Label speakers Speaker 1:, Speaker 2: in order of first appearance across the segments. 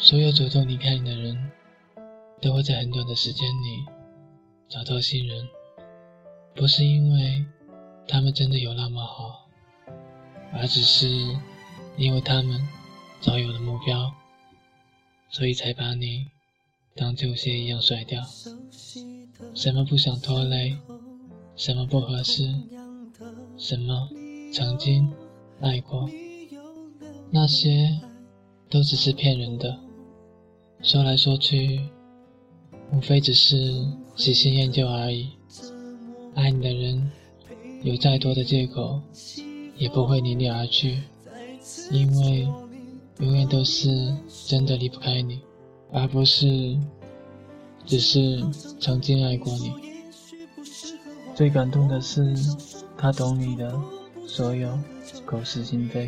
Speaker 1: 所有主动离开你的人，都会在很短的时间里找到新人，不是因为他们真的有那么好，而只是因为他们早有了目标，所以才把你当旧鞋一样甩掉。什么不想拖累，什么不合适，什么曾经爱过，那些都只是骗人的，说来说去无非只是喜新厌旧而已。爱你的人有再多的借口也不会离你而去，因为永远都是真的离不开你，而不是只是曾经爱过你。最感动的是他懂你的所有口是心非。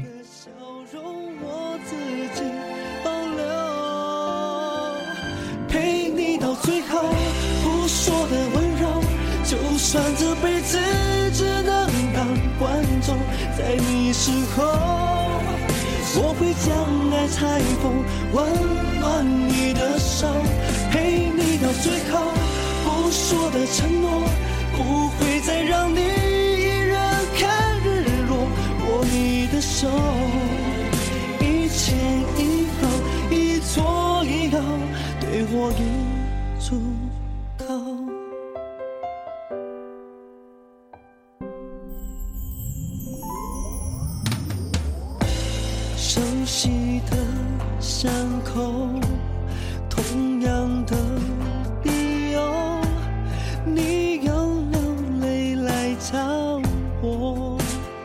Speaker 2: 陪你到最后，不说的温柔，就算这辈子只能当观众，在你身后我会将爱裁缝，温暖你的手，陪你到最后，不说的承诺，不会再让你一人看日落，握你的手，一前一后，一左一右，对我一出口。熟悉的伤口，同样的理由，你用流泪来找我，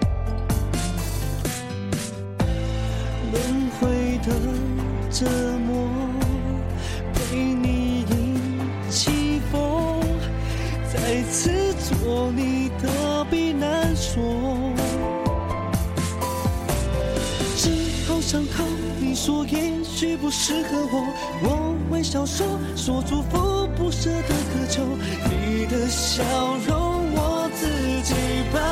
Speaker 2: 轮回的折磨，陪你一起疯，再次做你的避难所。伤口，你说也许不适合我微笑说祝福，不舍得渴求，你的笑容我自己保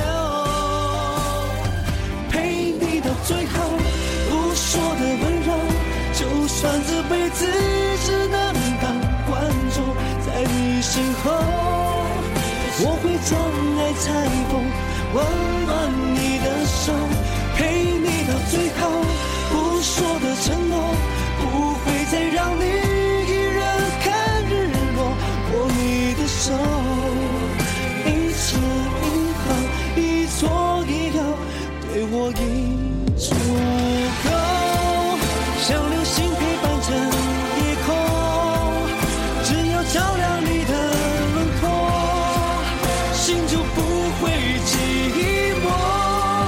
Speaker 2: 留，陪你到最后，不说的温柔，就算这辈子只能当观众，在你身后，我会将爱裁缝，温暖你的手，陪你到最后，不说的承诺，不会再让你一人看日落，握你的手，一前一后，一左一右，对我已足够，像流星陪伴着夜空，只要照亮你的轮廓，心就不会寂寞。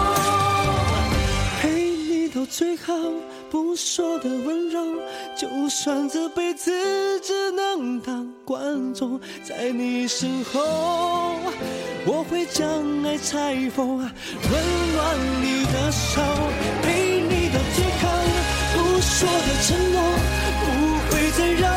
Speaker 2: 最好不说的温柔，就算这辈子只能当观众，在你身后，我会将爱裁缝，温暖你的手，陪你到最后，不说的承诺，不会再让